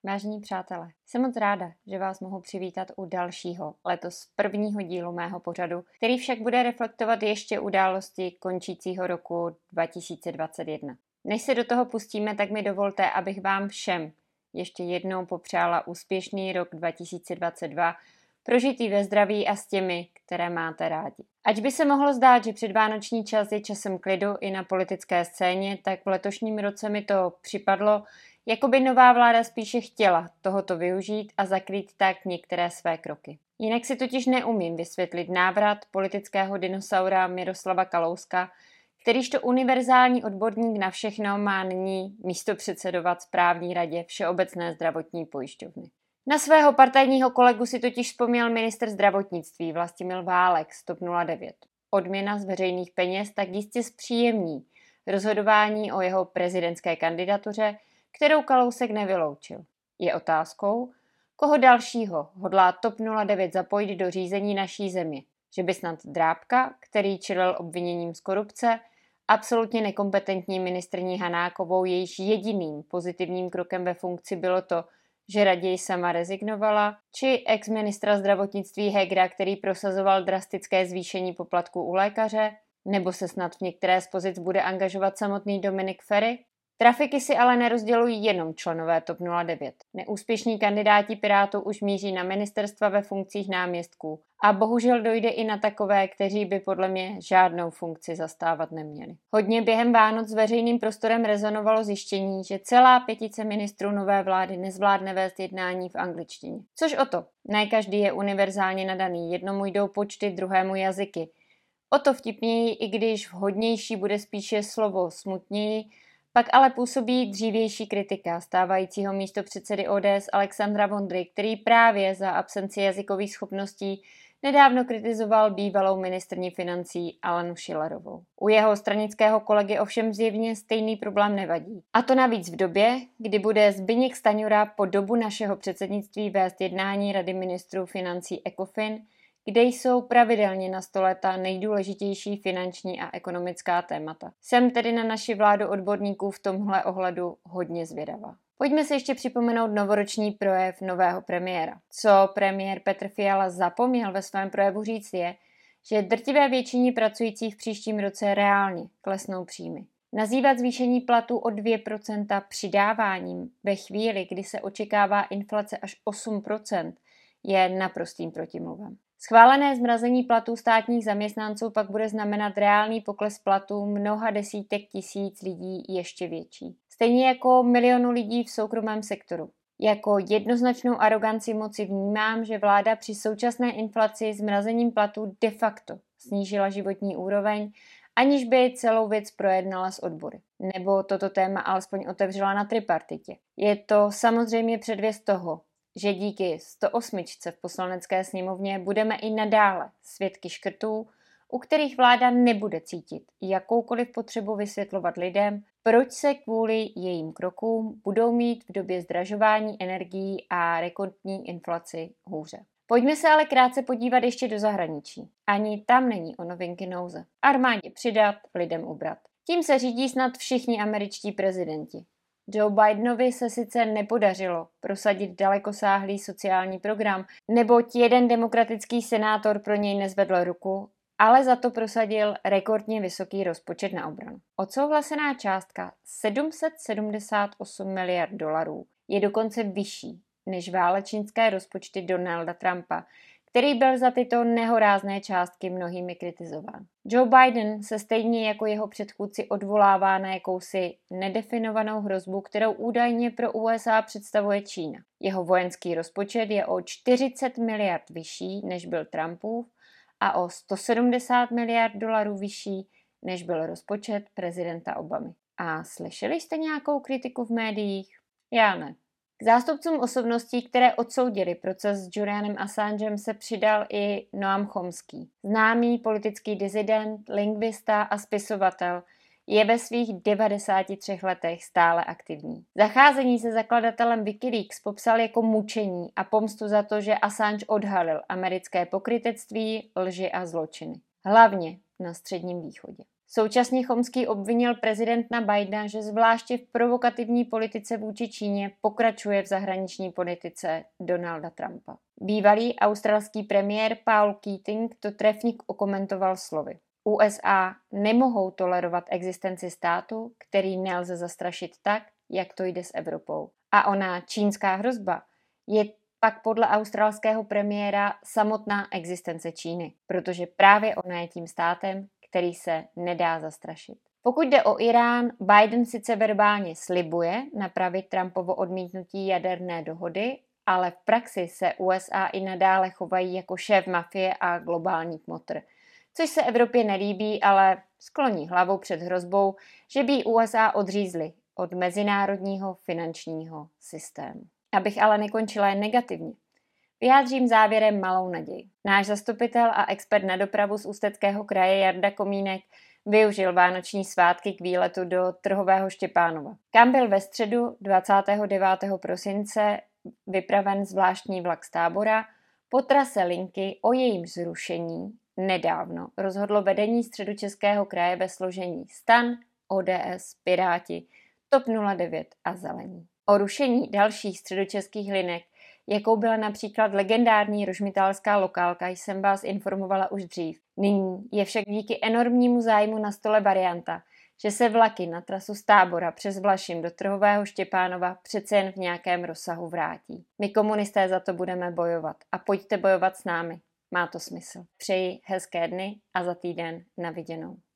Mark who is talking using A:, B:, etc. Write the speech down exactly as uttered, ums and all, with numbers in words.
A: Vážení přátelé, jsem moc ráda, že vás mohu přivítat u dalšího, letos prvního dílu mého pořadu, který však bude reflektovat ještě události končícího roku dva tisíce dvacet jedna. Než se do toho pustíme, tak mi dovolte, abych vám všem ještě jednou popřála úspěšný rok dva tisíce dvacet dva, prožitý ve zdraví a s těmi, které máte rádi. Ač by se mohlo zdát, že předvánoční čas je časem klidu i na politické scéně, tak v letošním roce mi to připadlo, jako by nová vláda spíše chtěla tohoto využít a zakrýt tak některé své kroky. Jinak si totiž neumím vysvětlit návrat politického dinosaura Miroslava Kalouska, kterýžto univerzální odborník na všechno má nyní místopředsedovat správní radě Všeobecné zdravotní pojišťovny. Na svého partajního kolegu si totiž vzpomněl ministr zdravotnictví Vlastimil Válek z TOP nula devět. Odměna z veřejných peněz tak jistě zpříjemní rozhodování o jeho prezidentské kandidatuře, kterou Kalousek nevyloučil. Je otázkou, koho dalšího hodlá TOP nula devět zapojit do řízení naší země. Že by snad Drábka, který čelil obviněním z korupce, absolutně nekompetentní ministryní Hanákovou, jejíž jediným pozitivním krokem ve funkci bylo to, že raději sama rezignovala, či ex-ministra zdravotnictví Hegera, který prosazoval drastické zvýšení poplatků u lékaře, nebo se snad v některé z pozic bude angažovat samotný Dominik Feri? Trafiky si ale nerozdělují jenom členové TOP nula devět. Neúspěšní kandidáti Pirátů už míří na ministerstva ve funkcích náměstků a bohužel dojde i na takové, kteří by podle mě žádnou funkci zastávat neměli. Hodně během Vánoc s veřejným prostorem rezonovalo zjištění, že celá pětice ministrů nové vlády nezvládne vést jednání v angličtině. Což o to, ne každý je univerzálně nadaný, jednomu jdou počty, druhému jazyky. O to vtipněji, i když vhodnější bude spíše slovo smutněji, pak ale působí dřívější kritika stávajícího místopředsedy O D S Alexandra Vondry, který právě za absenci jazykových schopností nedávno kritizoval bývalou ministryni financí Alenu Schillerovou. U jeho stranického kolegy ovšem zjevně stejný problém nevadí. A to navíc v době, kdy bude Zbyněk Stanjura po dobu našeho předsednictví vést jednání Rady ministrů financí ECOFIN, kde jsou pravidelně na stole ta nejdůležitější finanční a ekonomická témata. Jsem tedy na naši vládu odborníků v tomhle ohledu hodně zvědavá. Pojďme si ještě připomenout novoroční projev nového premiéra. Co premiér Petr Fiala zapomněl ve svém projevu říct je, že drtivé většině pracujících v příštím roce reálně klesnou příjmy. Nazývat zvýšení platů o dvě procenta přidáváním ve chvíli, kdy se očekává inflace až osm procent, je naprostým protimluvem. Schválené zmrazení platů státních zaměstnanců pak bude znamenat reálný pokles platů mnoha desítek tisíc lidí ještě větší. Stejně jako milionu lidí v soukromém sektoru. Jako jednoznačnou aroganci moci vnímám, že vláda při současné inflaci zmrazením platů de facto snížila životní úroveň, aniž by celou věc projednala s odbory. Nebo toto téma alespoň otevřela na tripartitě. Je to samozřejmě předvěst toho, že díky sto osm v poslanecké sněmovně budeme i nadále svědky škrtů, u kterých vláda nebude cítit jakoukoliv potřebu vysvětlovat lidem, proč se kvůli jejím krokům budou mít v době zdražování energií a rekordní inflaci hůře. Pojďme se ale krátce podívat ještě do zahraničí. Ani tam není o novinky nouze. Armádě přidat, lidem ubrat. Tím se řídí snad všichni američtí prezidenti. Joe Bidenovi se sice nepodařilo prosadit dalekosáhlý sociální program, neboť jeden demokratický senátor pro něj nezvedl ruku, ale za to prosadil rekordně vysoký rozpočet na obranu. Odsouhlasená částka sedm set sedmdesát osm miliard dolarů je dokonce vyšší než válečnické rozpočty Donalda Trumpa, který byl za tyto nehorázné částky mnohými kritizován. Joe Biden se stejně jako jeho předchůdci odvolává na jakousi nedefinovanou hrozbu, kterou údajně pro U S A představuje Čína. Jeho vojenský rozpočet je o čtyřicet miliard vyšší, než byl Trumpův, a o sto sedmdesát miliard dolarů vyšší, než byl rozpočet prezidenta Obamy. A slyšeli jste nějakou kritiku v médiích? Já ne. K zástupcům osobností, které odsoudili proces s Julianem Assangem, se přidal i Noam Chomsky. Známý politický disident, lingvista a spisovatel, je ve svých devadesáti třech letech stále aktivní. Zacházení se zakladatelem Wikileaks popsal jako mučení a pomstu za to, že Assange odhalil americké pokrytectví, lži a zločiny. Hlavně na Středním východě. Současně Chomský obvinil prezidenta Bidena, že zvláště v provokativní politice vůči Číně pokračuje v zahraniční politice Donalda Trumpa. Bývalý australský premiér Paul Keating to trefně okomentoval slovy: U S A nemohou tolerovat existenci státu, který nelze zastrašit tak, jak to jde s Evropou. A ona čínská hrozba je pak podle australského premiéra samotná existence Číny, protože právě ona je tím státem, který se nedá zastrašit. Pokud jde o Irán, Biden sice verbálně slibuje napravit Trumpovo odmítnutí jaderné dohody, ale v praxi se U S A i nadále chovají jako šéf mafie a globální kmotr, což se Evropě nelíbí, ale skloní hlavu před hrozbou, že by U S A odřízli od mezinárodního finančního systému. Abych ale nekončila jen negativně, vyjádřím závěrem malou naději. Náš zastupitel a expert na dopravu z Ústeckého kraje Jarda Komínek využil vánoční svátky k výletu do Trhového Štěpánova, kam byl ve středu dvacátého devátého prosince vypraven zvláštní vlak z Tábora po trase linky, o jejímž zrušení nedávno rozhodlo vedení Středočeského kraje ve složení STAN, O D S, Piráti, TOP nula devět a Zelení. O rušení dalších středočeských linek, jakou byla například legendární rožmitálská lokálka, jsem vás informovala už dřív. Nyní je však díky enormnímu zájmu na stole varianta, že se vlaky na trasu z Tábora přes Vlašim do Trhového Štěpánova přece jen v nějakém rozsahu vrátí. My komunisté za to budeme bojovat a pojďte bojovat s námi. Má to smysl. Přeji hezké dny a za týden na viděnou.